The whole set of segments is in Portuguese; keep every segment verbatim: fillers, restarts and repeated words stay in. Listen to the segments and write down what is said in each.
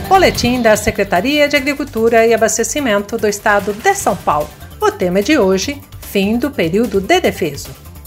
Boletim da Secretaria de Agricultura e Abastecimento do Estado de São Paulo. O tema de hoje, fim do período de defeso.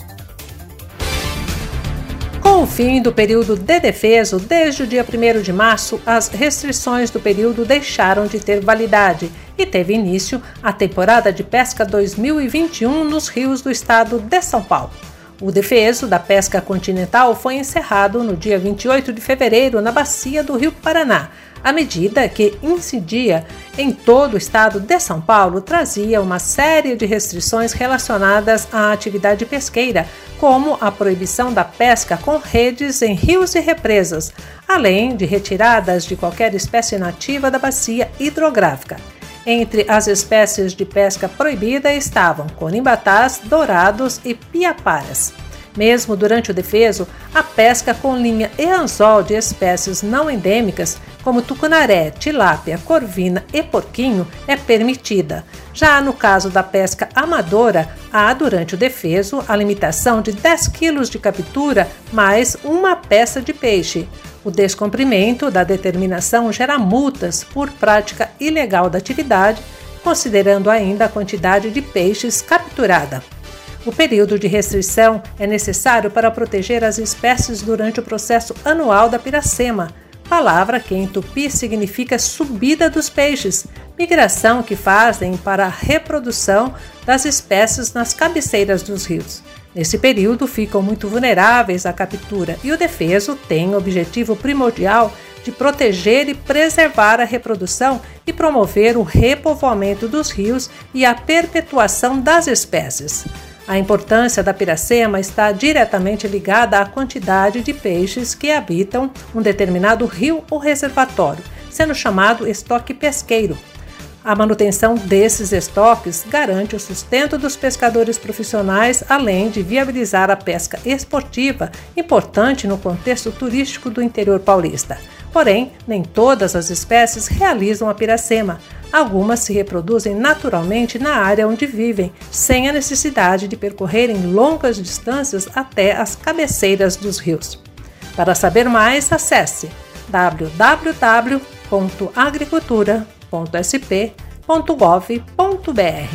Com o fim do período de defeso, desde o dia primeiro de março, as restrições do período deixaram de ter validade e teve início a temporada de pesca dois mil e vinte e um nos rios do estado de São Paulo. O defeso da pesca continental foi encerrado no dia vinte e oito de fevereiro na bacia do Rio Paraná. A medida, que incidia em todo o estado de São Paulo, trazia uma série de restrições relacionadas à atividade pesqueira, como a proibição da pesca com redes em rios e represas, além de retiradas de qualquer espécie nativa da bacia hidrográfica. Entre as espécies de pesca proibida estavam corimbatás, dourados e piaparas. Mesmo durante o defeso, a pesca com linha e anzol de espécies não endêmicas, como tucunaré, tilápia, corvina e porquinho, é permitida. Já no caso da pesca amadora, há durante o defeso a limitação de dez quilos de captura mais uma peça de peixe. O descumprimento da determinação gera multas por prática ilegal da atividade, considerando ainda a quantidade de peixes capturada. O período de restrição é necessário para proteger as espécies durante o processo anual da piracema, palavra que em tupi significa subida dos peixes, migração que fazem para a reprodução das espécies nas cabeceiras dos rios. Nesse período ficam muito vulneráveis à captura e o defeso tem o objetivo primordial de proteger e preservar a reprodução e promover o repovoamento dos rios e a perpetuação das espécies. A importância da piracema está diretamente ligada à quantidade de peixes que habitam um determinado rio ou reservatório, sendo chamado estoque pesqueiro. A manutenção desses estoques garante o sustento dos pescadores profissionais, além de viabilizar a pesca esportiva, importante no contexto turístico do interior paulista. Porém, nem todas as espécies realizam a piracema. Algumas se reproduzem naturalmente na área onde vivem, sem a necessidade de percorrerem longas distâncias até as cabeceiras dos rios. Para saber mais, acesse w w w ponto agricultura ponto s p ponto gov ponto b r.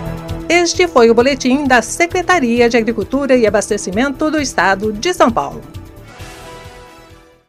Este foi o boletim da Secretaria de Agricultura e Abastecimento do Estado de São Paulo.